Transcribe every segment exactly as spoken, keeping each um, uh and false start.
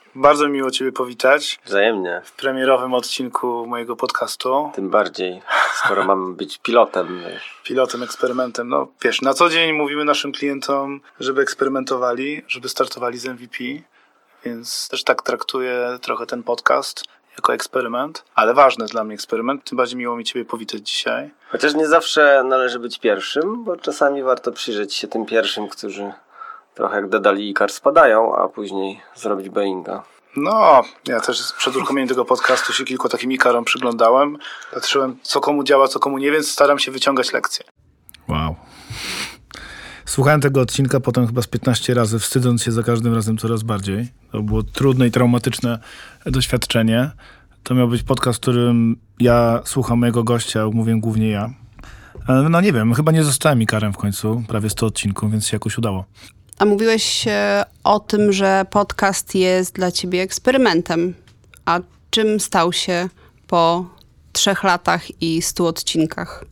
Bardzo miło Ciebie powitać. Wzajemnie. W premierowym odcinku mojego podcastu. Tym bardziej, skoro mam być pilotem. Pilotem, eksperymentem. No wiesz, na co dzień mówimy naszym klientom, żeby eksperymentowali, żeby startowali z M V P, więc też tak traktuję trochę ten podcast jako eksperyment, ale ważny dla mnie eksperyment. Tym bardziej miło mi Ciebie powitać dzisiaj. Chociaż nie zawsze należy być pierwszym, bo czasami warto przyjrzeć się tym pierwszym, którzy trochę jak Dedali i Ikar spadają, a później zrobić Boeinga. No, ja też przed uruchomieniem tego podcastu się kilku takim Ikarom przyglądałem. Patrzyłem, co komu działa, co komu nie, więc staram się wyciągać lekcje. Wow. Słuchałem tego odcinka potem chyba z piętnaście razy, wstydząc się za każdym razem coraz bardziej. To było trudne i traumatyczne doświadczenie. To miał być podcast, w którym ja słucham mojego gościa, mówię głównie ja. No nie wiem, chyba nie zostałem Ikarem w końcu, prawie sto odcinków, więc się jakoś udało. A mówiłeś o tym, że podcast jest dla ciebie eksperymentem. A czym stał się po trzech latach i stu odcinkach?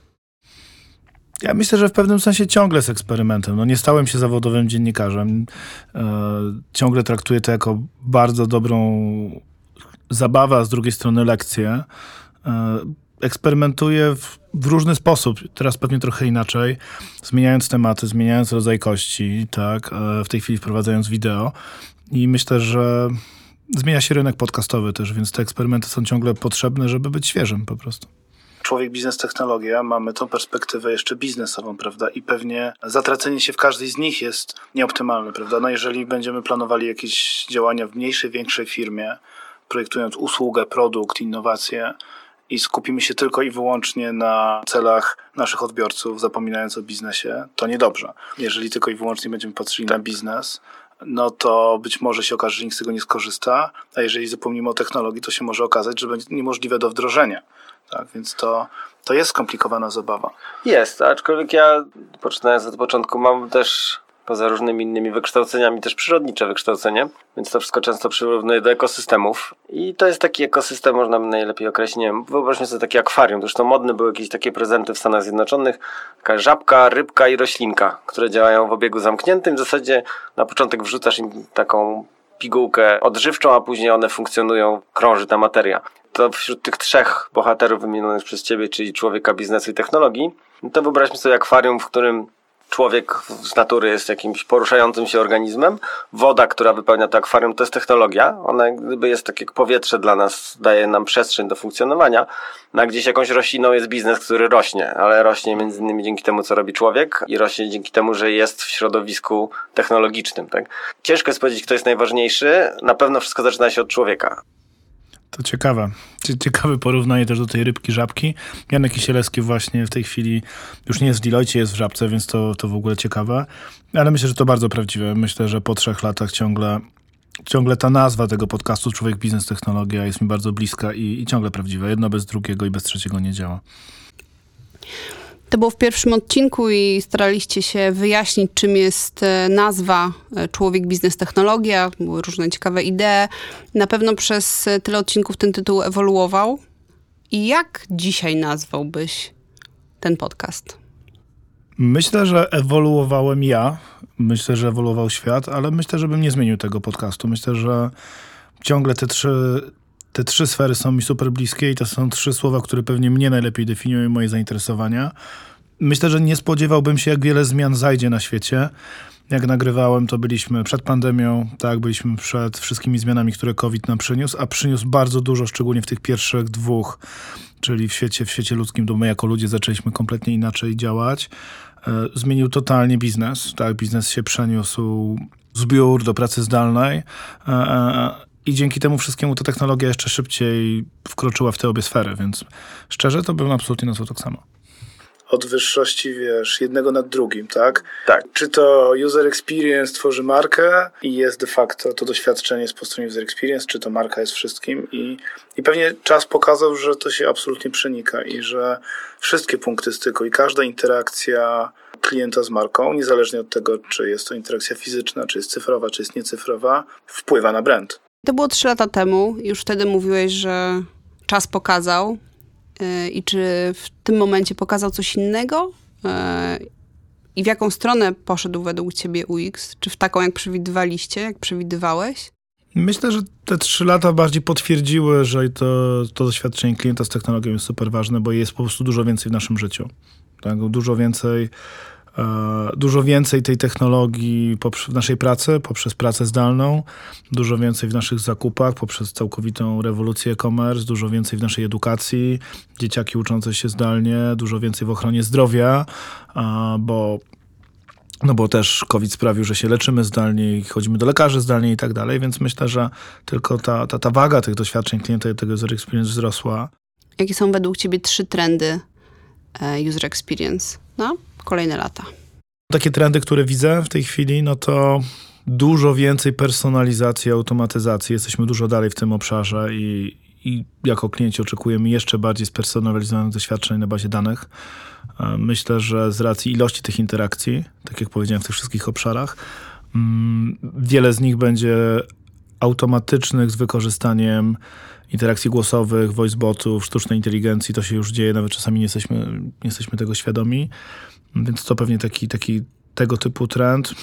Ja myślę, że w pewnym sensie ciągle jest eksperymentem. No nie stałem się zawodowym dziennikarzem. E, ciągle traktuję to jako bardzo dobrą zabawę, a z drugiej strony lekcję. E, eksperymentuję w, w różny sposób. Teraz pewnie trochę inaczej. Zmieniając tematy, zmieniając rodzaj kości, tak? E, w tej chwili wprowadzając wideo. I myślę, że zmienia się rynek podcastowy też, więc te eksperymenty są ciągle potrzebne, żeby być świeżym po prostu. Człowiek, biznes, technologia, mamy tą perspektywę jeszcze biznesową, prawda? I pewnie zatracenie się w każdej z nich jest nieoptymalne, prawda? No jeżeli będziemy planowali jakieś działania w mniejszej, większej firmie, projektując usługę, produkt, innowacje i skupimy się tylko i wyłącznie na celach naszych odbiorców, zapominając o biznesie, to niedobrze. Jeżeli tylko i wyłącznie będziemy patrzyli na biznes, no to być może się okaże, że nikt z tego nie skorzysta, a jeżeli zapomnimy o technologii, to się może okazać, że będzie niemożliwe do wdrożenia. Tak, więc to, to jest skomplikowana zabawa. Jest, aczkolwiek ja, poczynając od początku, mam też poza różnymi innymi wykształceniami też przyrodnicze wykształcenie, więc to wszystko często przyrównuję do ekosystemów. I to jest taki ekosystem, można by najlepiej określić, nie wiem, wyobraźmy sobie takie akwarium. Zresztą modne były jakieś takie prezenty w Stanach Zjednoczonych, taka żabka, rybka i roślinka, które działają w obiegu zamkniętym. W zasadzie na początek wrzucasz im taką pigułkę odżywczą, a później one funkcjonują, krąży ta materia. To wśród tych trzech bohaterów wymienionych przez ciebie, czyli człowieka, biznesu i technologii, no to wyobraźmy sobie akwarium, w którym człowiek z natury jest jakimś poruszającym się organizmem. Woda, która wypełnia to akwarium, to jest technologia. Ona gdyby jest tak jak powietrze dla nas, daje nam przestrzeń do funkcjonowania. No a gdzieś jakąś rośliną jest biznes, który rośnie, ale rośnie między innymi dzięki temu, co robi człowiek i rośnie dzięki temu, że jest w środowisku technologicznym. Tak? Ciężko jest powiedzieć, kto jest najważniejszy. Na pewno wszystko zaczyna się od człowieka. To ciekawe. Ciekawe porównanie też do tej rybki, żabki. Janek Kisielewski właśnie w tej chwili już nie jest w Deloitte, jest w Żabce, więc to, to w ogóle ciekawe. Ale myślę, że to bardzo prawdziwe. Myślę, że po trzech latach ciągle, ciągle ta nazwa tego podcastu Człowiek, biznes, technologia jest mi bardzo bliska i, i ciągle prawdziwa. Jedno bez drugiego i bez trzeciego nie działa. To było w pierwszym odcinku i staraliście się wyjaśnić, czym jest nazwa Człowiek, biznes, technologia. Były różne ciekawe idee. Na pewno przez tyle odcinków ten tytuł ewoluował. I jak dzisiaj nazwałbyś ten podcast? Myślę, że ewoluowałem ja. Myślę, że ewoluował świat, ale myślę, że bym nie zmienił tego podcastu. Myślę, że ciągle te trzy... Te trzy sfery są mi super bliskie i to są trzy słowa, które pewnie mnie najlepiej definiują moje zainteresowania. Myślę, że nie spodziewałbym się, jak wiele zmian zajdzie na świecie. Jak nagrywałem, to byliśmy przed pandemią, tak, byliśmy przed wszystkimi zmianami, które COVID nam przyniósł, a przyniósł bardzo dużo, szczególnie w tych pierwszych dwóch, czyli w świecie, w świecie ludzkim, to my jako ludzie zaczęliśmy kompletnie inaczej działać. Zmienił totalnie biznes, tak, biznes się przeniósł z biur do pracy zdalnej. I dzięki temu wszystkiemu ta technologia jeszcze szybciej wkroczyła w te obie sfery, więc szczerze to bym absolutnie nazwał tak samo. Od wyższości, wiesz, jednego nad drugim, tak? Tak. Czy to user experience tworzy markę i jest de facto to doświadczenie jest po stronie user experience, czy to marka jest wszystkim i, i pewnie czas pokazał, że to się absolutnie przenika i że wszystkie punkty styku i każda interakcja klienta z marką, niezależnie od tego, czy jest to interakcja fizyczna, czy jest cyfrowa, czy jest niecyfrowa, wpływa na brand. To było trzy lata temu. Już wtedy mówiłeś, że czas pokazał. Yy, I czy w tym momencie pokazał coś innego? Yy, I w jaką stronę poszedł według ciebie U X? Czy w taką, jak przewidywaliście, jak przewidywałeś? Myślę, że te trzy lata bardziej potwierdziły, że to, to doświadczenie klienta z technologią jest super ważne, bo jest po prostu dużo więcej w naszym życiu. Tak? Dużo więcej, e, dużo więcej tej technologii poprzez, w naszej pracy, poprzez pracę zdalną, dużo więcej w naszych zakupach, poprzez całkowitą rewolucję e-commerce, dużo więcej w naszej edukacji, dzieciaki uczące się zdalnie, dużo więcej w ochronie zdrowia, e, bo No bo też COVID sprawił, że się leczymy zdalnie i chodzimy do lekarzy zdalnie i tak dalej, więc myślę, że tylko ta, ta, ta waga tych doświadczeń klienta i tego user experience wzrosła. Jakie są według ciebie trzy trendy user experience na kolejne lata? Takie trendy, które widzę w tej chwili, no to dużo więcej personalizacji, automatyzacji. Jesteśmy dużo dalej w tym obszarze i, i jako klienci oczekujemy jeszcze bardziej spersonalizowanych doświadczeń na bazie danych. Myślę, że z racji ilości tych interakcji, tak jak powiedziałem w tych wszystkich obszarach, wiele z nich będzie automatycznych z wykorzystaniem interakcji głosowych, voicebotów, sztucznej inteligencji. To się już dzieje, nawet czasami nie jesteśmy, nie jesteśmy tego świadomi. Więc to pewnie taki, taki tego typu trend.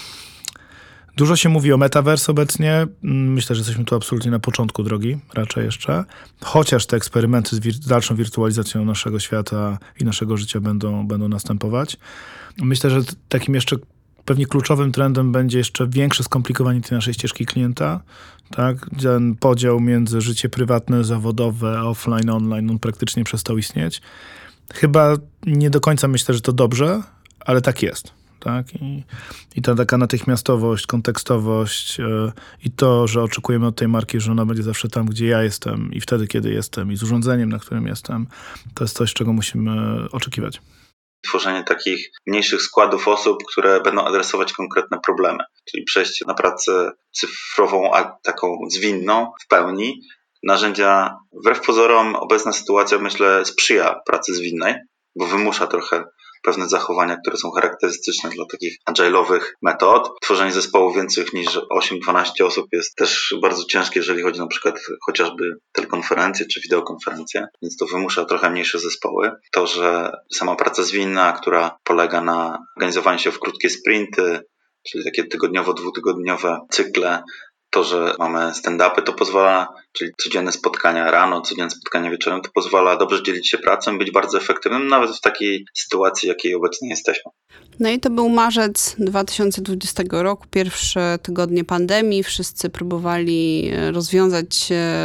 Dużo się mówi o metaverse obecnie. Myślę, że jesteśmy tu absolutnie na początku drogi, raczej jeszcze. Chociaż te eksperymenty z wir- dalszą wirtualizacją naszego świata i naszego życia będą, będą następować. Myślę, że t- takim jeszcze pewnie kluczowym trendem będzie jeszcze większe skomplikowanie tej naszej ścieżki klienta. Tak? Ten podział między życie prywatne, zawodowe, offline, online, on praktycznie przestał istnieć. Chyba nie do końca myślę, że to dobrze, ale tak jest. Tak? I, I ta taka natychmiastowość, kontekstowość yy, i to, że oczekujemy od tej marki, że ona będzie zawsze tam, gdzie ja jestem i wtedy, kiedy jestem i z urządzeniem, na którym jestem, to jest coś, czego musimy oczekiwać. Tworzenie takich mniejszych składów osób, które będą adresować konkretne problemy, czyli przejście na pracę cyfrową, a taką zwinną w pełni. Narzędzia, wbrew pozorom, obecna sytuacja, myślę, sprzyja pracy zwinnej, bo wymusza trochę pewne zachowania, które są charakterystyczne dla takich agile'owych metod. Tworzenie zespołów więcej niż osiem dwanaście osób jest też bardzo ciężkie, jeżeli chodzi na przykład chociażby telekonferencje czy wideokonferencje, więc to wymusza trochę mniejsze zespoły. To, że sama praca zwinna, która polega na organizowaniu się w krótkie sprinty, czyli takie tygodniowo, dwutygodniowe cykle, to, że mamy stand-upy, to pozwala, czyli codzienne spotkania rano, codzienne spotkania wieczorem, to pozwala dobrze dzielić się pracą, być bardzo efektywnym, nawet w takiej sytuacji, jakiej obecnie jesteśmy. No i to był marzec dwa tysiące dwudziestego roku, pierwsze tygodnie pandemii. Wszyscy próbowali rozwiązać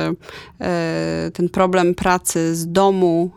ten problem pracy z domu.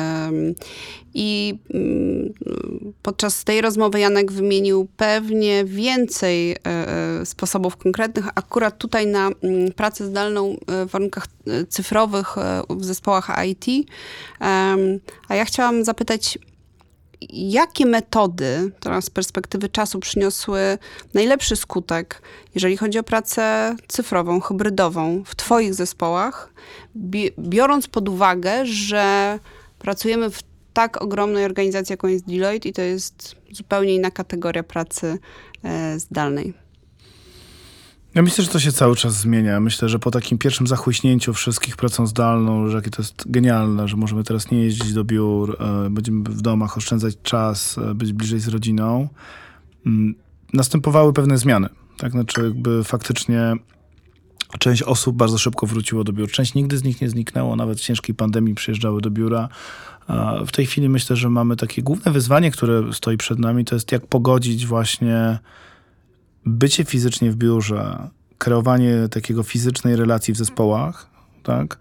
I podczas tej rozmowy Janek wymienił pewnie więcej sposobów konkretnych, akurat tutaj na pracę zdalną w warunkach cyfrowych w zespołach I T. A ja chciałam zapytać, jakie metody teraz z perspektywy czasu przyniosły najlepszy skutek, jeżeli chodzi o pracę cyfrową, hybrydową w twoich zespołach, biorąc pod uwagę, że pracujemy w tak ogromnej organizacji, jaką jest Deloitte i to jest zupełnie inna kategoria pracy e, zdalnej. Ja myślę, że to się cały czas zmienia. Myślę, że po takim pierwszym zachłyśnięciu wszystkich pracą zdalną, że jakie to jest genialne, że możemy teraz nie jeździć do biur, e, będziemy w domach oszczędzać czas, e, być bliżej z rodziną. M, następowały pewne zmiany. Tak? Znaczy jakby faktycznie część osób bardzo szybko wróciło do biur. Część nigdy z nich nie zniknęło, nawet w ciężkiej pandemii przyjeżdżały do biura. W tej chwili myślę, że mamy takie główne wyzwanie, które stoi przed nami, to jest jak pogodzić właśnie bycie fizycznie w biurze, kreowanie takiego fizycznej relacji w zespołach, tak,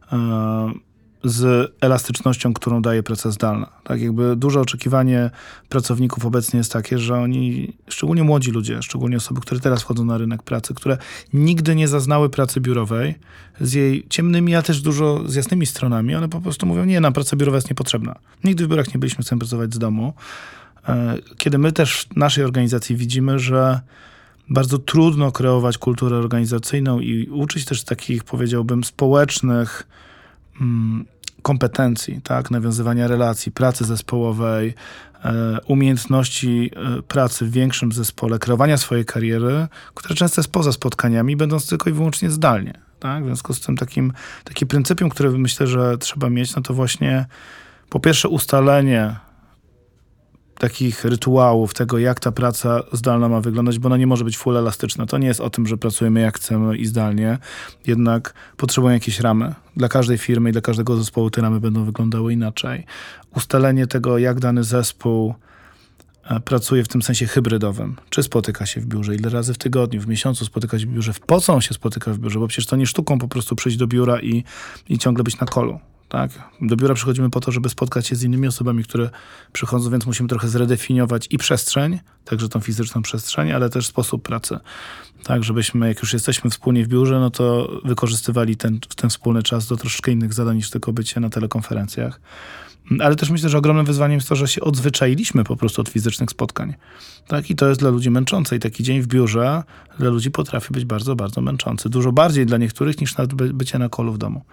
z elastycznością, którą daje praca zdalna. Tak, jakby duże oczekiwanie pracowników obecnie jest takie, że oni, szczególnie młodzi ludzie, szczególnie osoby, które teraz wchodzą na rynek pracy, które nigdy nie zaznały pracy biurowej, z jej ciemnymi, a też dużo z jasnymi stronami, one po prostu mówią, nie, nam praca biurowa jest niepotrzebna. Nigdy w biurach nie byliśmy chcemy pracować z domu. Kiedy my też w naszej organizacji widzimy, że bardzo trudno kreować kulturę organizacyjną i uczyć też takich, powiedziałbym, społecznych kompetencji, tak, nawiązywania relacji, pracy zespołowej, umiejętności pracy w większym zespole, kreowania swojej kariery, które często jest poza spotkaniami, będąc tylko i wyłącznie zdalnie. Tak? W związku z tym takim, takim pryncypium, które myślę, że trzeba mieć, no to właśnie po pierwsze ustalenie takich rytuałów, tego jak ta praca zdalna ma wyglądać, bo ona nie może być full elastyczna. To nie jest o tym, że pracujemy jak chcemy i zdalnie, jednak potrzebujemy jakieś ramy. Dla każdej firmy i dla każdego zespołu te ramy będą wyglądały inaczej. Ustalenie tego, jak dany zespół pracuje w tym sensie hybrydowym. Czy spotyka się w biurze, ile razy w tygodniu, w miesiącu spotyka się w biurze, po co on się spotyka w biurze, bo przecież to nie sztuką po prostu przyjść do biura i, i ciągle być na kolu. Tak? Do biura przychodzimy po to, żeby spotkać się z innymi osobami, które przychodzą, więc musimy trochę zredefiniować i przestrzeń, także tą fizyczną przestrzeń, ale też sposób pracy. Tak, żebyśmy, jak już jesteśmy wspólnie w biurze, no to wykorzystywali ten, ten wspólny czas do troszeczkę innych zadań niż tylko bycie na telekonferencjach. Ale też myślę, że ogromnym wyzwaniem jest to, że się odzwyczailiśmy po prostu od fizycznych spotkań. Tak? I to jest dla ludzi męczące. I taki dzień w biurze dla ludzi potrafi być bardzo, bardzo męczący. Dużo bardziej dla niektórych niż nawet by, bycie na kolu w domu.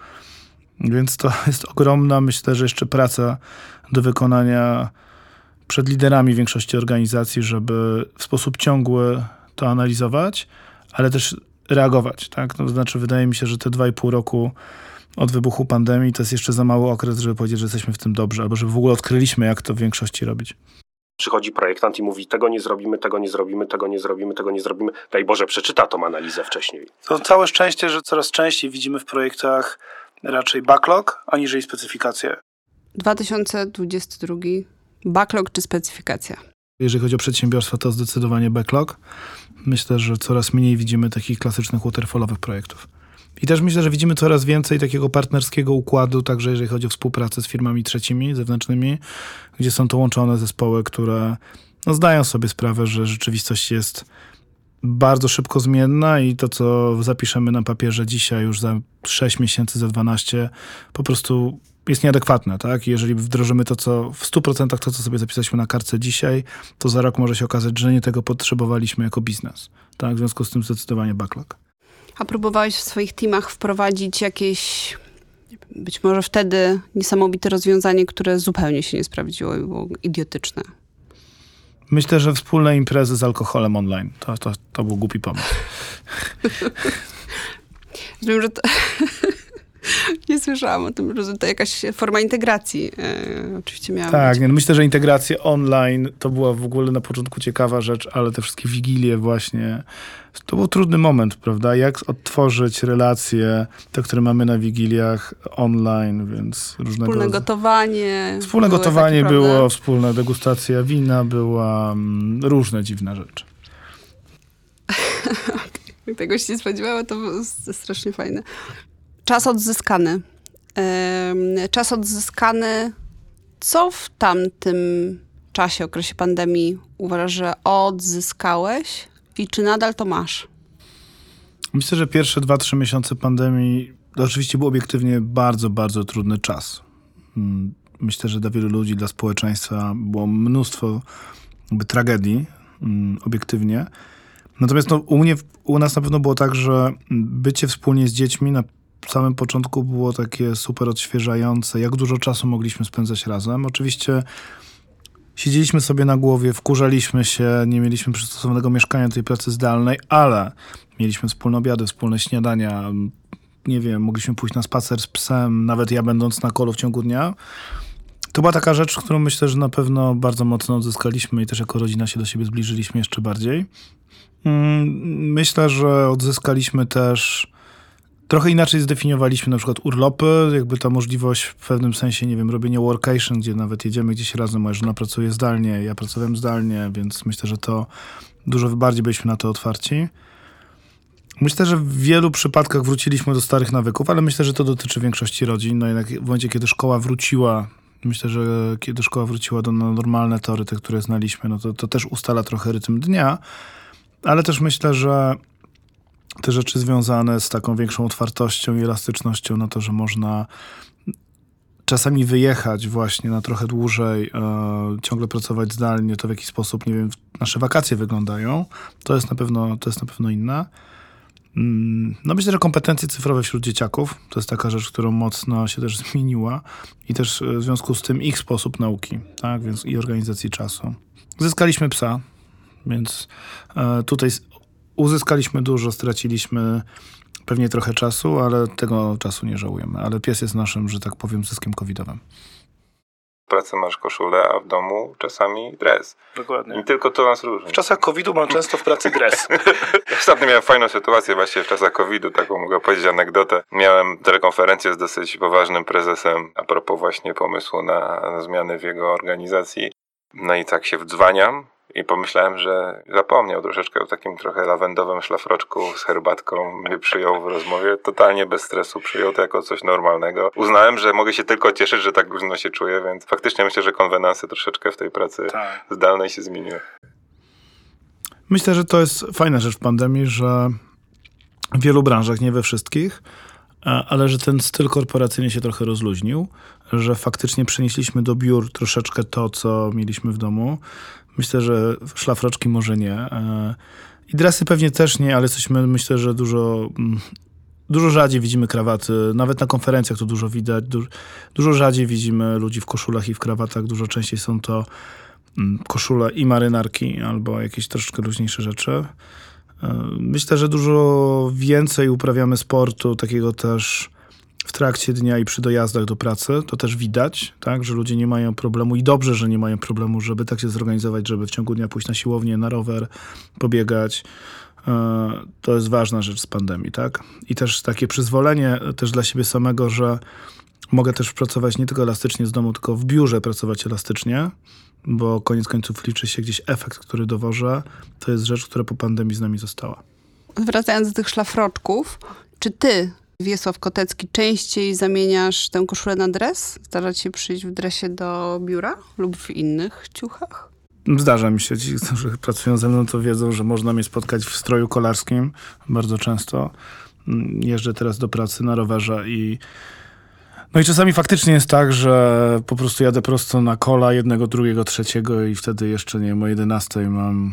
Więc to jest ogromna, myślę, że jeszcze praca do wykonania przed liderami większości organizacji, żeby w sposób ciągły to analizować, ale też reagować. Tak? To znaczy, wydaje mi się, że te dwa i pół roku od wybuchu pandemii to jest jeszcze za mały okres, żeby powiedzieć, że jesteśmy w tym dobrzy, albo żeby w ogóle odkryliśmy, jak to w większości robić. Przychodzi projektant i mówi, tego nie zrobimy, tego nie zrobimy, tego nie zrobimy, tego nie zrobimy. Daj Boże, przeczyta tą analizę wcześniej. To całe szczęście, że coraz częściej widzimy w projektach raczej backlog, aniżeli specyfikację. dwa tysiące dwudziesty drugi. Backlog czy specyfikacja? Jeżeli chodzi o przedsiębiorstwa, to zdecydowanie backlog. Myślę, że coraz mniej widzimy takich klasycznych waterfallowych projektów. I też myślę, że widzimy coraz więcej takiego partnerskiego układu, także jeżeli chodzi o współpracę z firmami trzecimi, zewnętrznymi, gdzie są to łączone zespoły, które no, zdają sobie sprawę, że rzeczywistość jest bardzo szybko zmienna i to, co zapiszemy na papierze dzisiaj już za sześć miesięcy, za dwanaście, po prostu jest nieadekwatne, tak? I jeżeli wdrożymy to, co w stu procentach to, co sobie zapisaliśmy na kartce dzisiaj, to za rok może się okazać, że nie tego potrzebowaliśmy jako biznes, tak? W związku z tym zdecydowanie backlog. A próbowałeś w swoich teamach wprowadzić jakieś, być może wtedy niesamowite rozwiązanie, które zupełnie się nie sprawdziło i było idiotyczne? Myślę, że wspólne imprezy z alkoholem online. To, to, to był głupi pomysł. Wiem, że to... Nie słyszałam o tym, że to jakaś forma integracji e, oczywiście miała Tak, być. nie, no myślę, że integracja online to była w ogóle na początku ciekawa rzecz, ale te wszystkie wigilie właśnie, to był trudny moment, prawda? Jak odtworzyć relacje, te, które mamy na wigiliach online, więc różnego... Wspólne gotowanie. Wspólne gotowanie takie, było, prawda? Wspólna degustacja wina była, mm, różne dziwne rzeczy. Tego się nie spodziewała, to było strasznie fajne. Czas odzyskany. Czas odzyskany. Co w tamtym czasie, okresie pandemii uważasz, że odzyskałeś i czy nadal to masz? Myślę, że pierwsze dwa, trzy miesiące pandemii to oczywiście był obiektywnie bardzo, bardzo trudny czas. Myślę, że dla wielu ludzi, dla społeczeństwa było mnóstwo jakby tragedii, obiektywnie. Natomiast no, u mnie, u nas na pewno było tak, że bycie wspólnie z dziećmi na samym początku było takie super odświeżające, jak dużo czasu mogliśmy spędzać razem. Oczywiście siedzieliśmy sobie na głowie, wkurzaliśmy się, nie mieliśmy przystosowanego mieszkania do tej pracy zdalnej, ale mieliśmy wspólne obiady, wspólne śniadania, nie wiem, mogliśmy pójść na spacer z psem, nawet ja będąc na kolu w ciągu dnia. To była taka rzecz, którą myślę, że na pewno bardzo mocno odzyskaliśmy i też jako rodzina się do siebie zbliżyliśmy jeszcze bardziej. Myślę, że odzyskaliśmy też, trochę inaczej zdefiniowaliśmy na przykład urlopy, jakby ta możliwość w pewnym sensie, nie wiem, robienie workation, gdzie nawet jedziemy gdzieś razem, moja żona pracuje zdalnie, ja pracowałem zdalnie, więc myślę, że to dużo bardziej byliśmy na to otwarci. Myślę, że w wielu przypadkach wróciliśmy do starych nawyków, ale myślę, że to dotyczy większości rodzin. No jednak w momencie, kiedy szkoła wróciła, myślę, że kiedy szkoła wróciła do normalne tory, te, które znaliśmy, no to, to też ustala trochę rytm dnia, ale też myślę, że te rzeczy związane z taką większą otwartością i elastycznością na to, że można czasami wyjechać właśnie na trochę dłużej, e, ciągle pracować zdalnie, to w jaki sposób, nie wiem, nasze wakacje wyglądają, to jest na pewno, to jest na pewno inne. No myślę, że kompetencje cyfrowe wśród dzieciaków to jest taka rzecz, którą mocno się też zmieniła i też w związku z tym ich sposób nauki, tak, więc i organizacji czasu. Zyskaliśmy psa, więc e, tutaj uzyskaliśmy dużo, straciliśmy pewnie trochę czasu, ale tego czasu nie żałujemy. Ale pies jest naszym, że tak powiem, zyskiem covidowym. pracy masz koszulę, a w domu czasami dres. Dokładnie. I tylko to nas różni. W czasach kowida mam często w pracy dres. Ostatnio miałem fajną sytuację właśnie w czasach kowida, taką mogę powiedzieć anegdotę. Miałem telekonferencję z dosyć poważnym prezesem a propos właśnie pomysłu na, na zmiany w jego organizacji. No i tak się wdzwaniam i pomyślałem, że zapomniał troszeczkę o takim trochę lawendowym szlafroczku z herbatką. Mnie przyjął w rozmowie, totalnie bez stresu, przyjął to jako coś normalnego. Uznałem, że mogę się tylko cieszyć, że tak luźno się czuję, więc faktycznie myślę, że konwenanse troszeczkę w tej pracy Tak. zdalnej się zmieniły. Myślę, że to jest fajna rzecz w pandemii, że w wielu branżach, nie we wszystkich, ale że ten styl korporacyjny się trochę rozluźnił, że faktycznie przenieśliśmy do biur troszeczkę to, co mieliśmy w domu. Myślę, że szlafroczki może nie. I dresy pewnie też nie, ale jesteśmy, myślę, że dużo, dużo rzadziej widzimy krawaty. Nawet na konferencjach to dużo widać. Dużo, dużo rzadziej widzimy ludzi w koszulach i w krawatach. Dużo częściej są to koszule i marynarki albo jakieś troszeczkę luźniejsze rzeczy. Myślę, że dużo więcej uprawiamy sportu, takiego też w trakcie dnia i przy dojazdach do pracy. To też widać, tak, że ludzie nie mają problemu i dobrze, że nie mają problemu, żeby tak się zorganizować, żeby w ciągu dnia pójść na siłownię, na rower, pobiegać. To jest ważna rzecz z pandemii, tak? I też takie przyzwolenie też dla siebie samego, że mogę też pracować nie tylko elastycznie z domu, tylko w biurze pracować elastycznie, bo koniec końców liczy się gdzieś efekt, który dowożę. To jest rzecz, która po pandemii z nami została. Wracając do tych szlafroczków, czy ty, Wiesław Kotecki, częściej zamieniasz tę koszulę na dres? Zdarza ci się przyjść w dresie do biura lub w innych ciuchach? Zdarza mi się. Ci, którzy pracują ze mną, to wiedzą, że można mnie spotkać w stroju kolarskim bardzo często. Jeżdżę teraz do pracy na rowerze i no i czasami faktycznie jest tak, że po prostu jadę prosto na kola jednego, drugiego, trzeciego i wtedy jeszcze, nie wiem, o jedenastej mam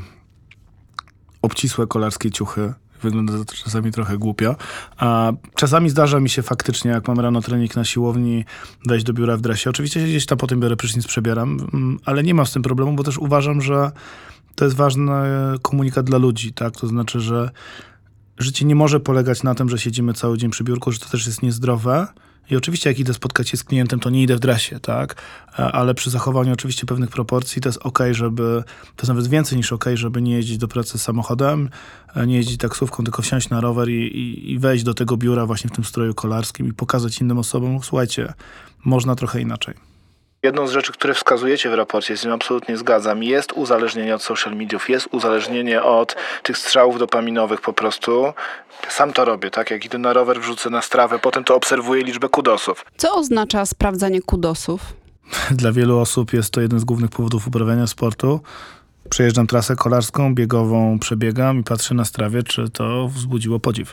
obcisłe kolarskie ciuchy. Wygląda to czasami trochę głupio. A czasami zdarza mi się faktycznie, jak mam rano trening na siłowni, wejść do biura w dresie. Oczywiście gdzieś tam potem biorę prysznic, przebieram, ale nie mam z tym problemu, bo też uważam, że to jest ważny komunikat dla ludzi, tak? To znaczy, że życie nie może polegać na tym, że siedzimy cały dzień przy biurku, że to też jest niezdrowe. I oczywiście jak idę spotkać się z klientem, to nie idę w dresie, tak? Ale przy zachowaniu oczywiście pewnych proporcji to jest okej, żeby, to jest nawet więcej niż okej, żeby nie jeździć do pracy samochodem, nie jeździć taksówką, tylko wsiąść na rower i, i, i wejść do tego biura właśnie w tym stroju kolarskim i pokazać innym osobom, słuchajcie, można trochę inaczej. Jedną z rzeczy, które wskazujecie w raporcie, z tym absolutnie zgadzam, jest uzależnienie od social mediów, jest uzależnienie od tych strzałów dopaminowych po prostu. Sam to robię, tak? Jak idę na rower, wrzucę na strawę, potem to obserwuję liczbę kudosów. Co oznacza sprawdzanie kudosów? Dla wielu osób jest to jeden z głównych powodów uprawiania sportu. Przejeżdżam trasę kolarską, biegową, przebiegam i patrzę na strawie, czy to wzbudziło podziw.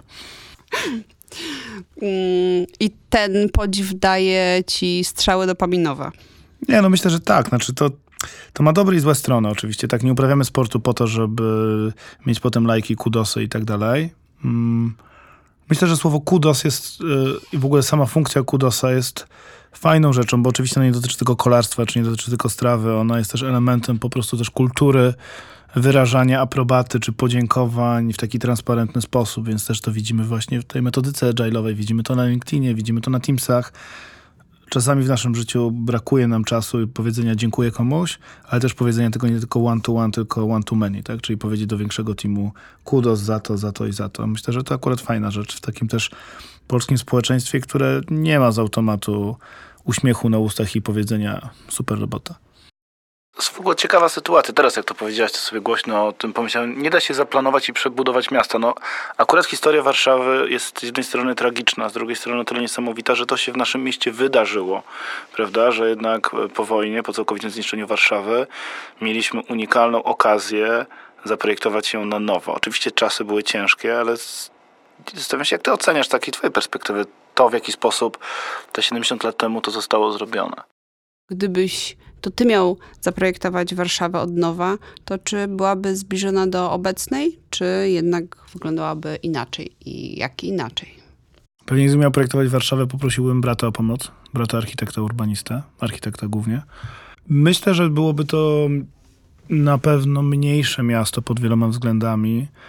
I ten podziw daje ci strzały dopaminowe. Nie, no myślę, że tak. Znaczy to, to ma dobre i złe strony oczywiście. Tak, nie uprawiamy sportu po to, żeby mieć potem lajki, kudosy i tak dalej. Myślę, że słowo kudos jest i w ogóle sama funkcja kudosa jest fajną rzeczą, bo oczywiście ona nie dotyczy tylko kolarstwa, czy nie dotyczy tylko strawy. Ona jest też elementem po prostu też kultury wyrażania aprobaty czy podziękowań w taki transparentny sposób, więc też to widzimy właśnie w tej metodyce agile'owej, widzimy to na LinkedInie, widzimy to na Teamsach. Czasami w naszym życiu brakuje nam czasu i powiedzenia dziękuję komuś, ale też powiedzenia tego nie tylko one to one, tylko one to many, tak? Czyli powiedzieć do większego teamu kudos za to, za to i za to. Myślę, że to akurat fajna rzecz w takim też polskim społeczeństwie, które nie ma z automatu uśmiechu na ustach i powiedzenia super robota. To jest w ogóle ciekawa sytuacja. Teraz jak to powiedziałeś, to sobie głośno o tym pomyślałem. Nie da się zaplanować i przebudować miasta. No, akurat historia Warszawy jest z jednej strony tragiczna, z drugiej strony tyle niesamowita, że to się w naszym mieście wydarzyło. Prawda? Że jednak po wojnie, po całkowitym zniszczeniu Warszawy mieliśmy unikalną okazję zaprojektować ją na nowo. Oczywiście czasy były ciężkie, ale zastanawiam się, jak ty oceniasz z takiej twojej perspektywy to, w jaki sposób te siedemdziesiąt lat temu to zostało zrobione. Gdybyś to ty miał zaprojektować Warszawę od nowa, to czy byłaby zbliżona do obecnej, czy jednak wyglądałaby inaczej i jak inaczej? Pewnie gdybym miał projektować Warszawę, poprosiłbym brata o pomoc. Brata architekta urbanistę, architekta głównie. Myślę, że byłoby to na pewno mniejsze miasto pod wieloma względami.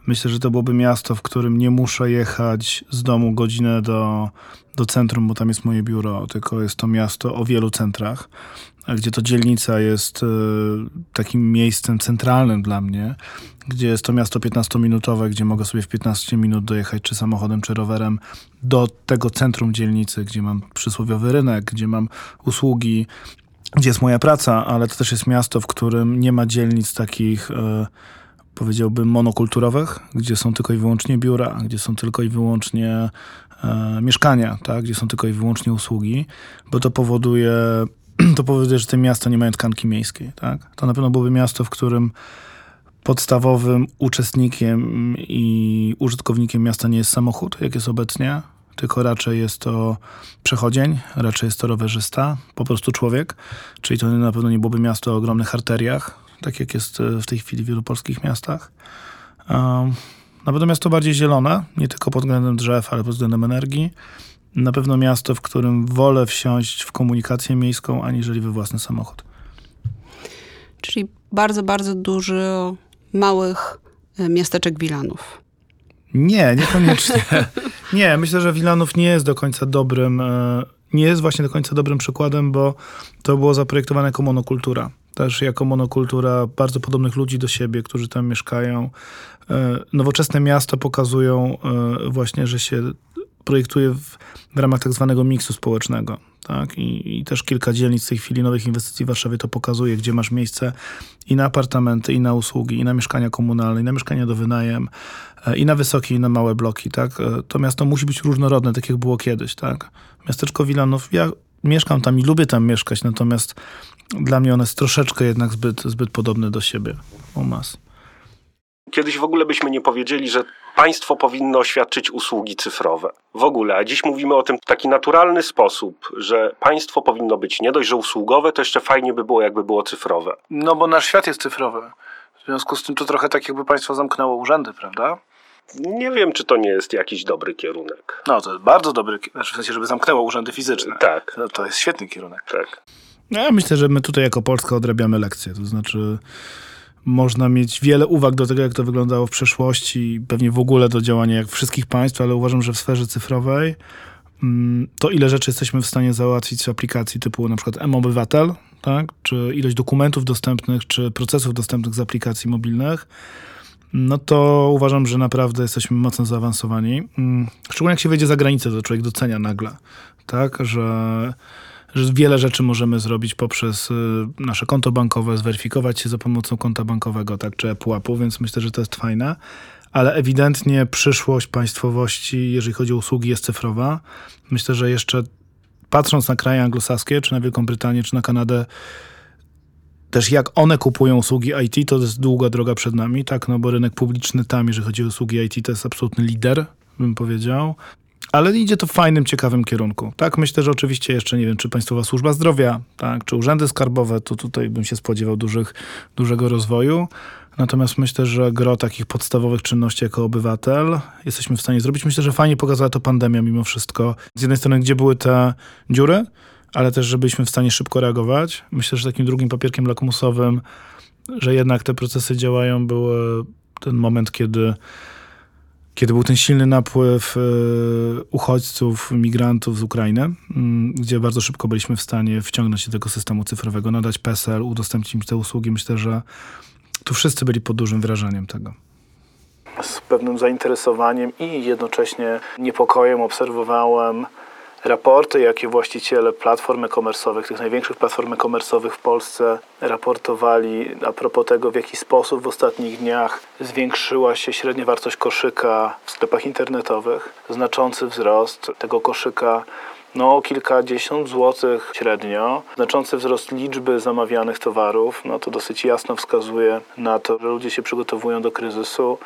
Myślę, że to byłoby miasto, w którym nie muszę jechać z domu godzinę do, do centrum, bo tam jest moje biuro, tylko jest to miasto o wielu centrach, gdzie to dzielnica jest y, takim miejscem centralnym dla mnie, gdzie jest to miasto piętnastominutowe, gdzie mogę sobie w piętnaście minut dojechać czy samochodem, czy rowerem do tego centrum dzielnicy, gdzie mam przysłowiowy rynek, gdzie mam usługi, gdzie jest moja praca, ale to też jest miasto, w którym nie ma dzielnic takich, e, powiedziałbym, monokulturowych, gdzie są tylko i wyłącznie biura, gdzie są tylko i wyłącznie e, mieszkania, tak? Gdzie są tylko i wyłącznie usługi, bo to powoduje, to powoduje, że te miasta nie mają tkanki miejskiej. Tak? To na pewno byłoby miasto, w którym podstawowym uczestnikiem i użytkownikiem miasta nie jest samochód, jak jest obecnie, tylko raczej jest to przechodzień, raczej jest to rowerzysta, po prostu człowiek, czyli to na pewno nie byłoby miasto o ogromnych arteriach, tak jak jest w tej chwili w wielu polskich miastach. Um, na pewno miasto bardziej zielone, nie tylko pod względem drzew, ale pod względem energii. Na pewno miasto, w którym wolę wsiąść w komunikację miejską, aniżeli we własny samochód. Czyli bardzo, bardzo dużo małych miasteczek Wilanów. Nie, niekoniecznie. Nie, myślę, że Wilanów nie jest do końca dobrym, nie jest właśnie do końca dobrym przykładem, bo to było zaprojektowane jako monokultura. Też jako monokultura bardzo podobnych ludzi do siebie, którzy tam mieszkają. Nowoczesne miasta pokazują właśnie, że się projektuje w, w ramach tak zwanego miksu społecznego. Tak? I, I też kilka dzielnic w tej chwili nowych inwestycji w Warszawie to pokazuje, gdzie masz miejsce i na apartamenty, i na usługi, i na mieszkania komunalne, i na mieszkania do wynajem, i na wysokie, i na małe bloki. Tak? To miasto musi być różnorodne, tak jak było kiedyś. Tak? Miasteczko Wilanów, ja mieszkam tam i lubię tam mieszkać, natomiast dla mnie ono jest troszeczkę jednak zbyt, zbyt podobne do siebie. O mas. Kiedyś w ogóle byśmy nie powiedzieli, że państwo powinno świadczyć usługi cyfrowe. W ogóle, a dziś mówimy o tym w taki naturalny sposób, że państwo powinno być nie dość, że usługowe, to jeszcze fajnie by było, jakby było cyfrowe. No bo nasz świat jest cyfrowy. W związku z tym to trochę tak, jakby państwo zamknęło urzędy, prawda? Nie wiem, czy to nie jest jakiś dobry kierunek. No, to jest bardzo dobry, znaczy w sensie, żeby zamknęło urzędy fizyczne. Tak. No, to jest świetny kierunek. Tak. Ja myślę, że my tutaj jako Polska odrabiamy lekcje. To znaczy można mieć wiele uwag do tego, jak to wyglądało w przeszłości, pewnie w ogóle do działania jak wszystkich państw, ale uważam, że w sferze cyfrowej to ile rzeczy jesteśmy w stanie załatwić w aplikacji typu na przykład M-Obywatel, tak? Czy ilość dokumentów dostępnych, czy procesów dostępnych z aplikacji mobilnych, no to uważam, że naprawdę jesteśmy mocno zaawansowani. Szczególnie jak się wejdzie za granicę, to człowiek docenia nagle, tak? Że że wiele rzeczy możemy zrobić poprzez nasze konto bankowe, zweryfikować się za pomocą konta bankowego, tak, czy pułapu, więc myślę, że to jest fajne. Ale ewidentnie przyszłość państwowości, jeżeli chodzi o usługi, jest cyfrowa. Myślę, że jeszcze patrząc na kraje anglosaskie, czy na Wielką Brytanię, czy na Kanadę, też jak one kupują usługi I T, to jest długa droga przed nami, tak, no bo rynek publiczny tam, jeżeli chodzi o usługi I T, to jest absolutny lider, bym powiedział. Ale idzie to w fajnym, ciekawym kierunku. Tak, myślę, że oczywiście jeszcze nie wiem, czy Państwowa Służba Zdrowia, tak, czy urzędy skarbowe, to tutaj bym się spodziewał dużych, dużego rozwoju. Natomiast myślę, że gro takich podstawowych czynności jako obywatel jesteśmy w stanie zrobić. Myślę, że fajnie pokazała to pandemia mimo wszystko. Z jednej strony, gdzie były te dziury, ale też, że byliśmy w stanie szybko reagować. Myślę, że takim drugim papierkiem lakmusowym, że jednak te procesy działają, był ten moment, kiedy Kiedy był ten silny napływ y, uchodźców, migrantów z Ukrainy, y, gdzie bardzo szybko byliśmy w stanie wciągnąć się do tego systemu cyfrowego, nadać P E S E L, udostępnić im te usługi. Myślę, że tu wszyscy byli pod dużym wrażeniem tego. Z pewnym zainteresowaniem i jednocześnie niepokojem obserwowałem raporty, jakie właściciele platform e-commerce'owych, tych największych platform e-commerce'owych w Polsce raportowali a propos tego, w jaki sposób w ostatnich dniach zwiększyła się średnia wartość koszyka w sklepach internetowych. Znaczący wzrost tego koszyka, no o kilkadziesiąt złotych średnio. Znaczący wzrost liczby zamawianych towarów, no to dosyć jasno wskazuje na to, że ludzie się przygotowują do kryzysu.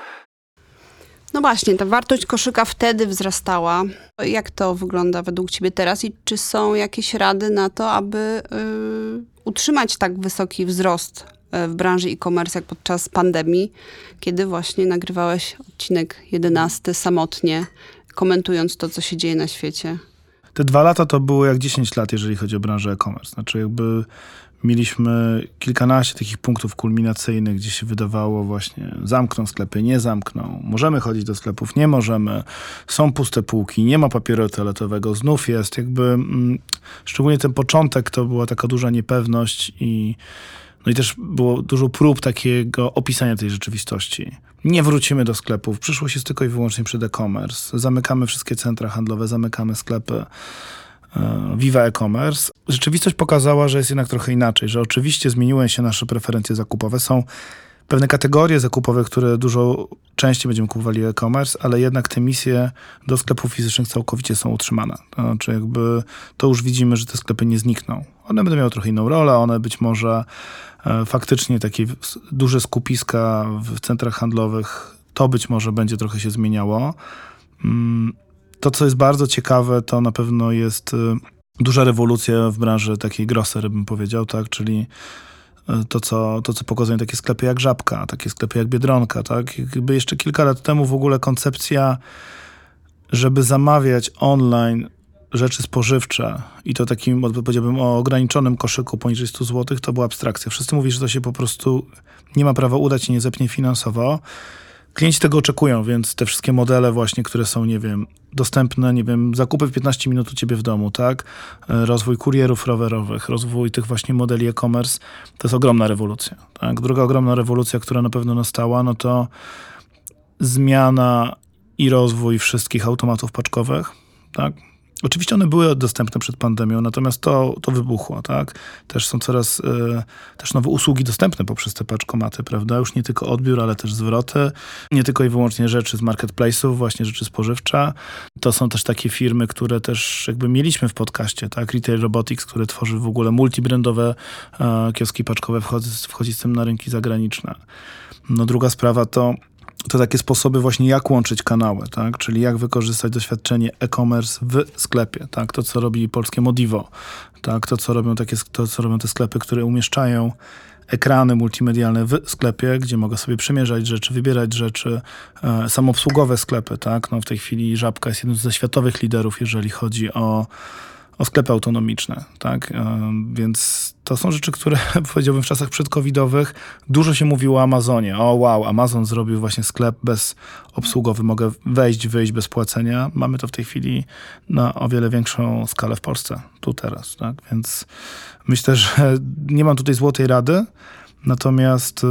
No właśnie, ta wartość koszyka wtedy wzrastała. Jak to wygląda według Ciebie teraz i czy są jakieś rady na to, aby yy, utrzymać tak wysoki wzrost w branży e-commerce jak podczas pandemii, kiedy właśnie nagrywałeś odcinek jedenasty samotnie, komentując to, co się dzieje na świecie? Te dwa lata to było jak dziesięć lat, jeżeli chodzi o branżę e-commerce. Znaczy jakby mieliśmy kilkanaście takich punktów kulminacyjnych, gdzie się wydawało właśnie zamkną sklepy, nie zamkną, możemy chodzić do sklepów, nie możemy, są puste półki, nie ma papieru toaletowego, znów jest jakby, mm, szczególnie ten początek to była taka duża niepewność i no i też było dużo prób takiego opisania tej rzeczywistości. Nie wrócimy do sklepów, przyszłość jest tylko i wyłącznie przed e-commerce, zamykamy wszystkie centra handlowe, zamykamy sklepy. Viva e-commerce. Rzeczywistość pokazała, że jest jednak trochę inaczej, że oczywiście zmieniły się nasze preferencje zakupowe. Są pewne kategorie zakupowe, które dużo częściej będziemy kupowali e-commerce, ale jednak te misje do sklepów fizycznych całkowicie są utrzymane. To znaczy jakby to już widzimy, że te sklepy nie znikną. One będą miały trochę inną rolę, one być może e, faktycznie takie duże skupiska w centrach handlowych, to być może będzie trochę się zmieniało. Mm. To, co jest bardzo ciekawe, to na pewno jest duża rewolucja w branży takiej grocery, bym powiedział, tak, czyli to, co, to, co pokazują takie sklepy jak Żabka, takie sklepy jak Biedronka, tak. Jakby jeszcze kilka lat temu w ogóle koncepcja, żeby zamawiać online rzeczy spożywcze i to takim, powiedziałbym, o ograniczonym koszyku poniżej stu złotych, to była abstrakcja. Wszyscy mówili, że to się po prostu nie ma prawa udać i nie zepnie finansowo. Klienci tego oczekują, więc te wszystkie modele właśnie, które są, nie wiem, dostępne, nie wiem, zakupy w piętnaście minut u ciebie w domu, tak? Rozwój kurierów rowerowych, rozwój tych właśnie modeli e-commerce, to jest ogromna rewolucja, tak? Druga ogromna rewolucja, która na pewno nastała, no to zmiana i rozwój wszystkich automatów paczkowych, tak? Oczywiście one były dostępne przed pandemią, natomiast to, to wybuchło, tak? Też są coraz y, też nowe usługi dostępne poprzez te paczkomaty, prawda? Już nie tylko odbiór, ale też zwroty. Nie tylko i wyłącznie rzeczy z marketplace'ów, właśnie rzeczy spożywcze. To są też takie firmy, które też jakby mieliśmy w podcaście, tak? Retail Robotics, które tworzy w ogóle multibrandowe y, kioski paczkowe, wchodzi, wchodzi z tym na rynki zagraniczne. No druga sprawa to to takie sposoby właśnie jak łączyć kanały, tak? Czyli jak wykorzystać doświadczenie e-commerce w sklepie, tak? To, co robi polskie Modivo, tak? To, co robią takie, to, co robią te sklepy, które umieszczają ekrany multimedialne w sklepie, gdzie mogę sobie przymierzać rzeczy, wybierać rzeczy, e, samoobsługowe sklepy, tak? No w tej chwili Żabka jest jednym ze światowych liderów, jeżeli chodzi o o sklepy autonomiczne, tak? Więc to są rzeczy, które powiedziałbym w czasach przedcovidowych dużo się mówiło o Amazonie. O wow, Amazon zrobił właśnie sklep bezobsługowy, mogę wejść, wyjść bez płacenia. Mamy to w tej chwili na o wiele większą skalę w Polsce, tu teraz, tak? Więc myślę, że nie mam tutaj złotej rady, natomiast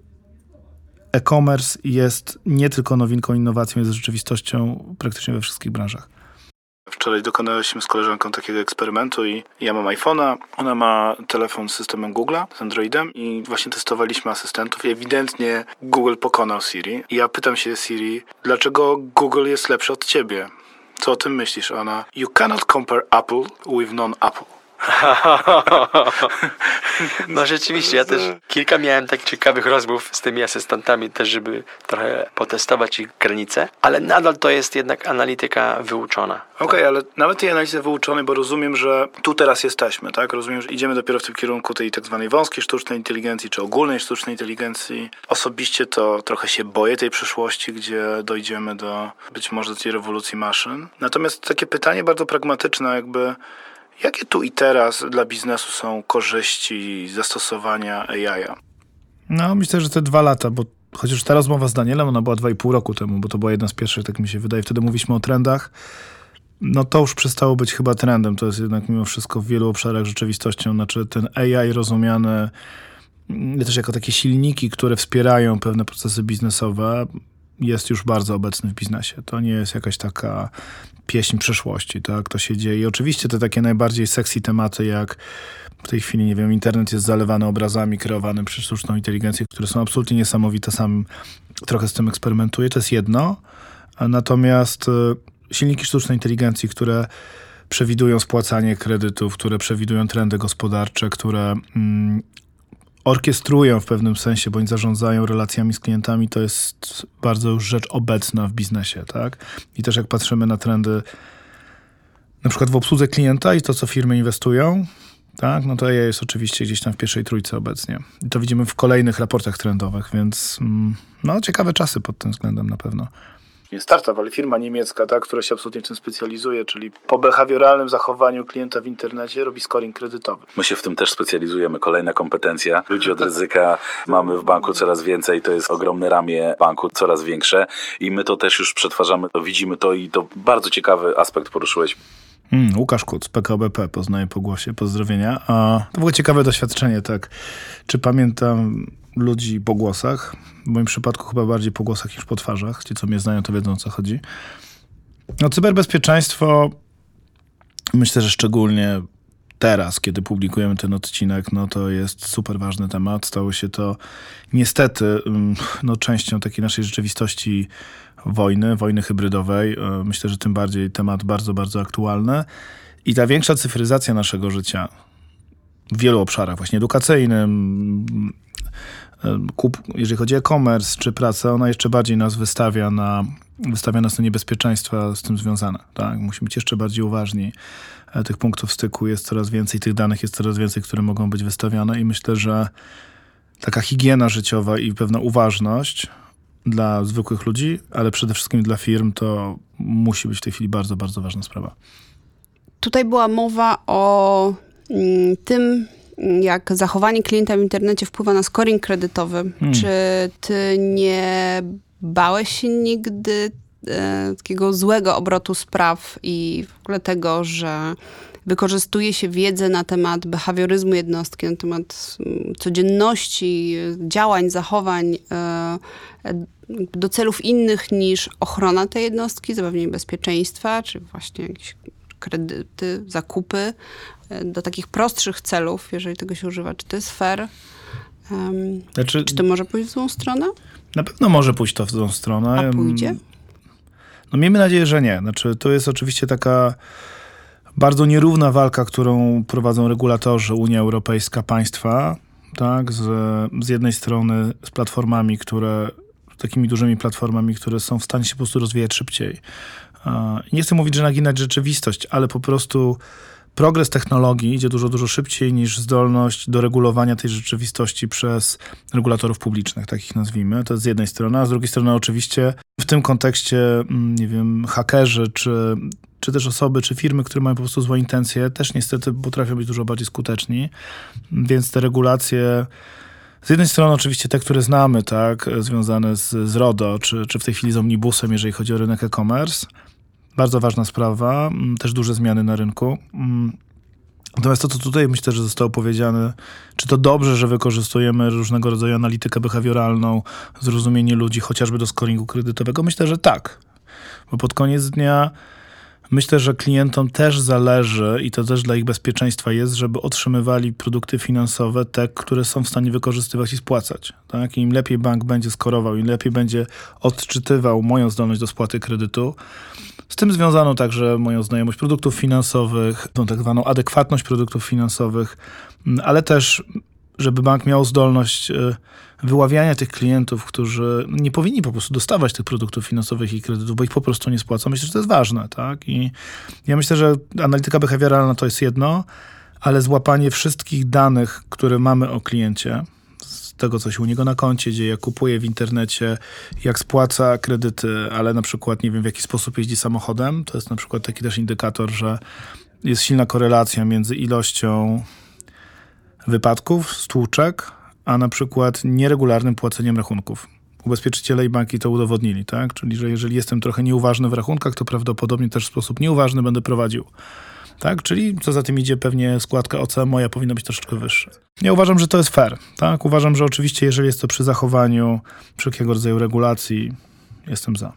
e-commerce jest nie tylko nowinką, innowacją, jest rzeczywistością praktycznie we wszystkich branżach. Wczoraj dokonałyśmy z koleżanką takiego eksperymentu i ja mam iPhone'a, ona ma telefon z systemem Google'a, z Androidem i właśnie testowaliśmy asystentów i ewidentnie Google pokonał Siri. I ja pytam się Siri, dlaczego Google jest lepszy od ciebie? Co o tym myślisz? Ona, you cannot compare Apple with non-Apple. No rzeczywiście, ja też kilka miałem tak ciekawych rozmów z tymi asystentami też, żeby trochę potestować ich granice, ale nadal to jest jednak analityka wyuczona. Okej, okay, ale nawet tej analizy wyuczonej, bo rozumiem, że tu teraz jesteśmy, tak? Rozumiem, że idziemy dopiero w tym kierunku tej tak zwanej wąskiej sztucznej inteligencji, czy ogólnej sztucznej inteligencji. Osobiście to trochę się boję tej przyszłości, gdzie dojdziemy do być może do tej rewolucji maszyn. Natomiast takie pytanie bardzo pragmatyczne, jakby jakie tu i teraz dla biznesu są korzyści zastosowania A I? No, myślę, że te dwa lata, bo chociaż ta rozmowa z Danielem, ona była dwa i pół roku temu, bo to była jedna z pierwszych, tak mi się wydaje, wtedy mówiliśmy o trendach. No to już przestało być chyba trendem, to jest jednak mimo wszystko w wielu obszarach rzeczywistością, znaczy ten A I rozumiany też jako takie silniki, które wspierają pewne procesy biznesowe, jest już bardzo obecny w biznesie. To nie jest jakaś taka pieśń przyszłości, tak? To się dzieje. I oczywiście te takie najbardziej sexy tematy, jak w tej chwili, nie wiem, internet jest zalewany obrazami kreowanym przez sztuczną inteligencję, które są absolutnie niesamowite. Sam trochę z tym eksperymentuję. To jest jedno. Natomiast silniki sztucznej inteligencji, które przewidują spłacanie kredytów, które przewidują trendy gospodarcze, które mm, orkiestrują w pewnym sensie, bądź zarządzają relacjami z klientami, to jest bardzo już rzecz obecna w biznesie, tak? I też jak patrzymy na trendy na przykład w obsłudze klienta i to, co firmy inwestują, tak? No to A I jest oczywiście gdzieś tam w pierwszej trójce obecnie. I to widzimy w kolejnych raportach trendowych, więc no ciekawe czasy pod tym względem na pewno. nie startup, ale firma niemiecka, tak, która się absolutnie w tym specjalizuje, czyli po behawioralnym zachowaniu klienta w internecie robi scoring kredytowy. My się w tym też specjalizujemy. Kolejna kompetencja. Ludzi od ryzyka mamy w banku coraz więcej. To jest ogromne ramię banku, coraz większe. I my to też już przetwarzamy, widzimy to i to bardzo ciekawy aspekt poruszyłeś. Hmm, Łukasz Kuc, P K O B P, poznaję po głosie, pozdrowienia. A to było ciekawe doświadczenie, tak. Czy pamiętam ludzi po głosach? W moim przypadku chyba bardziej po głosach niż po twarzach. Ci, co mnie znają, to wiedzą, o co chodzi. No, cyberbezpieczeństwo, myślę, że szczególnie teraz, kiedy publikujemy ten odcinek, no to jest super ważny temat. Stało się to niestety no, częścią takiej naszej rzeczywistości wojny, wojny hybrydowej. Myślę, że tym bardziej temat bardzo, bardzo aktualny. I ta większa cyfryzacja naszego życia w wielu obszarach, właśnie edukacyjnym, kup, jeżeli chodzi o e-commerce czy pracę, ona jeszcze bardziej nas wystawia na, wystawia nas na niebezpieczeństwa z tym związane. Tak? Musimy być jeszcze bardziej uważni. Tych punktów styku jest coraz więcej, tych danych jest coraz więcej, które mogą być wystawiane i myślę, że taka higiena życiowa i pewna uważność dla zwykłych ludzi, ale przede wszystkim dla firm, to musi być w tej chwili bardzo, bardzo ważna sprawa. Tutaj była mowa o mm, tym, jak zachowanie klienta w internecie wpływa na scoring kredytowy. Hmm. Czy ty nie bałeś się nigdy e, takiego złego obrotu spraw i w ogóle tego, że wykorzystuje się wiedzę na temat behawioryzmu jednostki, na temat codzienności, działań, zachowań e, do celów innych niż ochrona tej jednostki, zapewnienie bezpieczeństwa, czy właśnie jakieś kredyty, zakupy do takich prostszych celów, jeżeli tego się używa. Czy to jest fair? Um, znaczy, czy to może pójść w złą stronę? Na pewno może pójść to w złą stronę. A pójdzie? No miejmy nadzieję, że nie. Znaczy, to jest oczywiście taka bardzo nierówna walka, którą prowadzą regulatorzy, Unia Europejska, państwa, tak, z, z jednej strony z platformami, które, takimi dużymi platformami, które są w stanie się po prostu rozwijać szybciej. Nie chcę mówić, że naginać rzeczywistość, ale po prostu progres technologii idzie dużo, dużo szybciej niż zdolność do regulowania tej rzeczywistości przez regulatorów publicznych, takich nazwijmy. To jest z jednej strony, a z drugiej strony oczywiście w tym kontekście, nie wiem, hakerzy, czy, czy też osoby, czy firmy, które mają po prostu złe intencje, też niestety potrafią być dużo bardziej skuteczni, więc te regulacje z jednej strony oczywiście te, które znamy, tak, związane z, z RODO, czy, czy w tej chwili z Omnibusem, jeżeli chodzi o rynek e-commerce. Bardzo ważna sprawa, też duże zmiany na rynku. Natomiast to, co tutaj myślę, że zostało powiedziane, czy to dobrze, że wykorzystujemy różnego rodzaju analitykę behawioralną, zrozumienie ludzi chociażby do scoringu kredytowego? Myślę, że tak. Bo pod koniec dnia myślę, że klientom też zależy i to też dla ich bezpieczeństwa jest, żeby otrzymywali produkty finansowe te, które są w stanie wykorzystywać i spłacać. Tak? I im lepiej bank będzie skorował, im lepiej będzie odczytywał moją zdolność do spłaty kredytu, z tym związaną także moją znajomość produktów finansowych, tą tak zwaną adekwatność produktów finansowych, ale też, żeby bank miał zdolność wyławiania tych klientów, którzy nie powinni po prostu dostawać tych produktów finansowych i kredytów, bo ich po prostu nie spłacą. Myślę, że to jest ważne, tak? I ja myślę, że analityka behawioralna to jest jedno, ale złapanie wszystkich danych, które mamy o kliencie, z tego, co się u niego na koncie dzieje, jak kupuje w internecie, jak spłaca kredyty, ale na przykład nie wiem, w jaki sposób jeździ samochodem, to jest na przykład taki też indikator, że jest silna korelacja między ilością wypadków, stłuczek, a na przykład nieregularnym płaceniem rachunków. Ubezpieczyciele i banki to udowodnili, tak? Czyli, że jeżeli jestem trochę nieuważny w rachunkach, to prawdopodobnie też w sposób nieuważny będę prowadził. Tak? Czyli co za tym idzie, pewnie składka O C moja powinna być troszeczkę wyższa. Ja uważam, że to jest fair. Tak? Uważam, że oczywiście jeżeli jest to przy zachowaniu wszelkiego rodzaju regulacji, jestem za.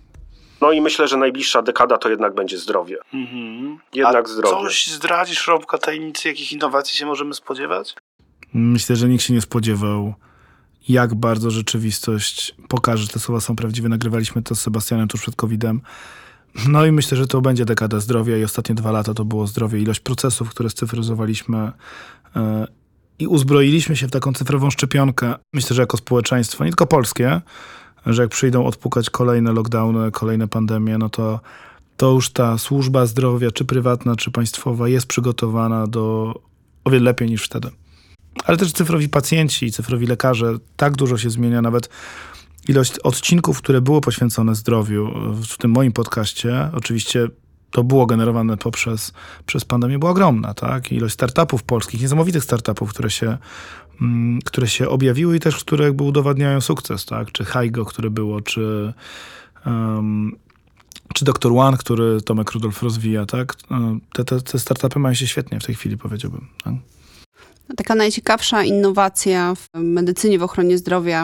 No i myślę, że najbliższa dekada to jednak będzie zdrowie. Mhm. Jednak A zdrowie. Coś zdradzisz, Robka, tajemnicy, jakich innowacji się możemy spodziewać? Myślę, że nikt się nie spodziewał, jak bardzo rzeczywistość pokaże, że te słowa są prawdziwe. Nagrywaliśmy to z Sebastianem tuż przed kowidem. No i myślę, że to będzie dekada zdrowia i ostatnie dwa lata to było zdrowie. Ilość procesów, które scyfryzowaliśmy yy, i uzbroiliśmy się w taką cyfrową szczepionkę. Myślę, że jako społeczeństwo, nie tylko polskie, że jak przyjdą odpukać kolejne lockdowny, kolejne pandemie, no to, to już ta służba zdrowia, czy prywatna, czy państwowa, jest przygotowana do o wiele lepiej niż wtedy. Ale też cyfrowi pacjenci i cyfrowi lekarze, tak dużo się zmienia, nawet ilość odcinków, które było poświęcone zdrowiu w tym moim podcaście, oczywiście to było generowane poprzez przez pandemię, była ogromna, tak? Ilość startupów polskich, niesamowitych startupów, które się, mm, które się objawiły i też, które jakby udowadniają sukces, tak? Czy Haigo, które było, czy, um, czy doktor One, który Tomek Rudolf rozwija, tak? Te, te, te startupy mają się świetnie w tej chwili, powiedziałbym. Tak? Taka najciekawsza innowacja w medycynie, w ochronie zdrowia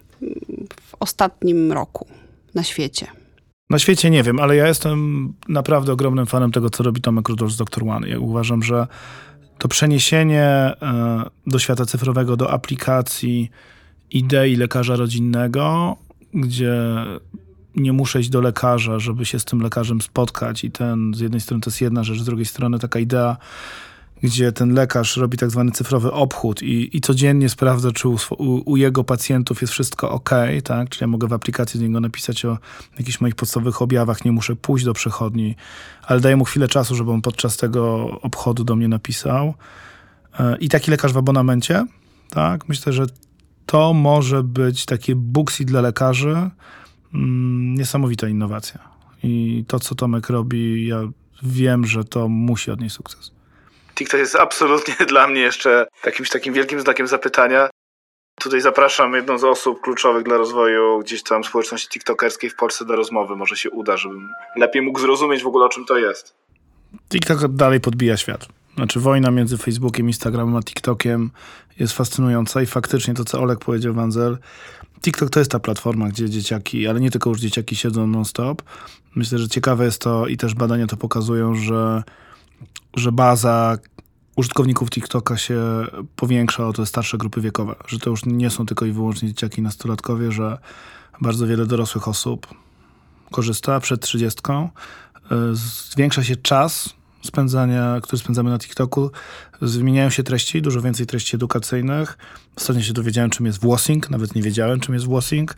w ostatnim roku na świecie. Na świecie nie wiem, ale ja jestem naprawdę ogromnym fanem tego, co robi Tomek Rudolf z doktor One. Ja uważam, że to przeniesienie e, do świata cyfrowego, do aplikacji idei lekarza rodzinnego, gdzie nie muszę iść do lekarza, żeby się z tym lekarzem spotkać i ten, z jednej strony to jest jedna rzecz, z drugiej strony taka idea, gdzie ten lekarz robi tak zwany cyfrowy obchód i, i codziennie sprawdza, czy u, u, u jego pacjentów jest wszystko ok, tak? Czyli ja mogę w aplikacji z niego napisać o jakichś moich podstawowych objawach, nie muszę pójść do przychodni, ale daję mu chwilę czasu, żeby on podczas tego obchodu do mnie napisał. I taki lekarz w abonamencie, tak? Myślę, że to może być takie Booksy dla lekarzy. Mm, niesamowita innowacja. I to, co Tomek robi, ja wiem, że to musi odnieść sukces. TikTok jest absolutnie dla mnie jeszcze jakimś takim wielkim znakiem zapytania. Tutaj zapraszam jedną z osób kluczowych dla rozwoju gdzieś tam społeczności tiktokerskiej w Polsce do rozmowy. Może się uda, żebym lepiej mógł zrozumieć w ogóle, o czym to jest. TikTok dalej podbija świat. Znaczy wojna między Facebookiem, Instagramem a TikTokiem jest fascynująca i faktycznie to, co Oleg powiedział, Wanzel, TikTok to jest ta platforma, gdzie dzieciaki, ale nie tylko już dzieciaki siedzą non-stop. Myślę, że ciekawe jest to i też badania to pokazują, że że baza użytkowników TikToka się powiększa o te starsze grupy wiekowe, że to już nie są tylko i wyłącznie dzieciaki i nastolatkowie, że bardzo wiele dorosłych osób korzysta przed trzydziestką. Zwiększa się czas spędzania, który spędzamy na TikToku. Zmieniają się treści, dużo więcej treści edukacyjnych. Ostatnio się dowiedziałem, czym jest włosing, nawet nie wiedziałem, czym jest włosing.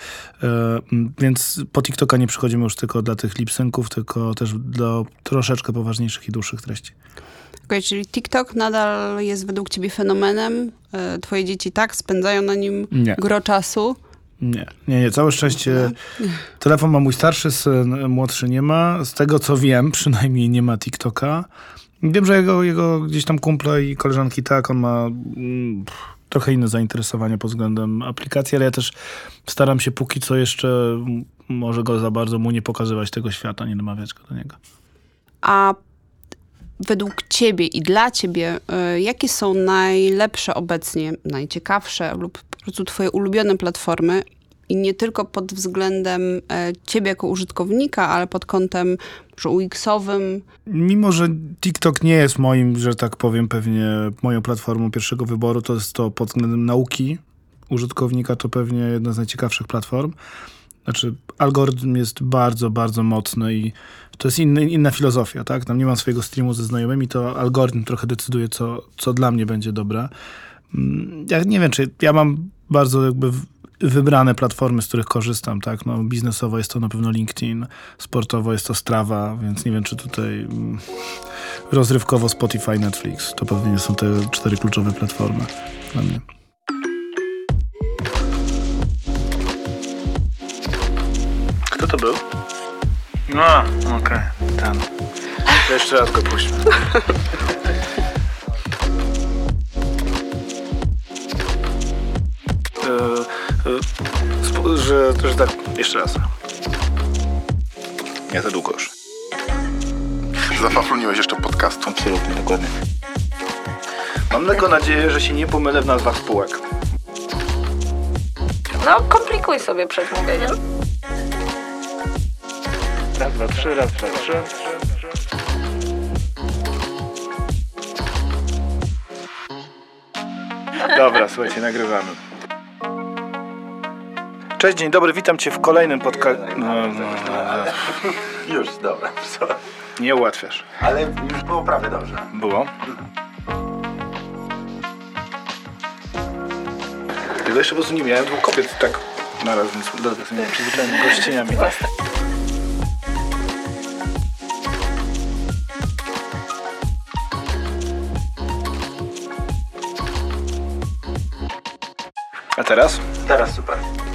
Więc po TikToka nie przychodzimy już tylko dla tych lip-synków, tylko też dla troszeczkę poważniejszych i dłuższych treści. Okay, czyli TikTok nadal jest według ciebie fenomenem? Twoje dzieci tak spędzają na nim nie. gro czasu? Nie, nie, nie. Całe szczęście telefon ma mój starszy syn, młodszy nie ma. Z tego, co wiem, przynajmniej nie ma TikToka. Wiem, że jego, jego gdzieś tam kumple i koleżanki tak, on ma mm, trochę inne zainteresowania pod względem aplikacji, ale ja też staram się póki co jeszcze może go za bardzo mu nie pokazywać tego świata, nie namawiać go do niego. A według ciebie i dla ciebie, y, jakie są najlepsze obecnie, najciekawsze lub po prostu twoje ulubione platformy i nie tylko pod względem y, ciebie jako użytkownika, ale pod kątem że U X-owym? Mimo, że TikTok nie jest moim, że tak powiem, pewnie moją platformą pierwszego wyboru, to jest to pod względem nauki użytkownika, to pewnie jedna z najciekawszych platform. Znaczy, algorytm jest bardzo, bardzo mocny i to jest inny, inna filozofia, tak? Tam nie mam swojego streamu ze znajomymi, to algorytm trochę decyduje, co, co dla mnie będzie dobre. Ja nie wiem, czy ja mam bardzo jakby wybrane platformy, z których korzystam, tak? No, biznesowo jest to na pewno LinkedIn, sportowo jest to Strava, więc nie wiem, czy tutaj rozrywkowo Spotify, Netflix. To pewnie są te cztery kluczowe platformy dla mnie. Kto to był? No, okej, okay. Ten. To jeszcze raz go puśćmy. yy, yy, że, że tak, jeszcze raz. Nie za długo już. Zafafluniłeś jeszcze podcastu. Absolutnie, dokładnie. Mam tylko nadzieję, że się nie pomylę w nazwach spółek. No, komplikuj sobie przedmówienie. Raz, dwa, trzy, raz, dwa, trzy. Dobra, słuchajcie, nagrywamy. Cześć, dzień dobry, witam cię w kolejnym podcaście. No, no, no. Już, dobra. Nie ułatwiasz. Ale już było prawie dobrze. Było? Tego jeszcze po prostu nie miałem dwóch kobiet tak naraz, więc dobra, sobie przyzwyczajony gościniami. A teraz? Teraz super.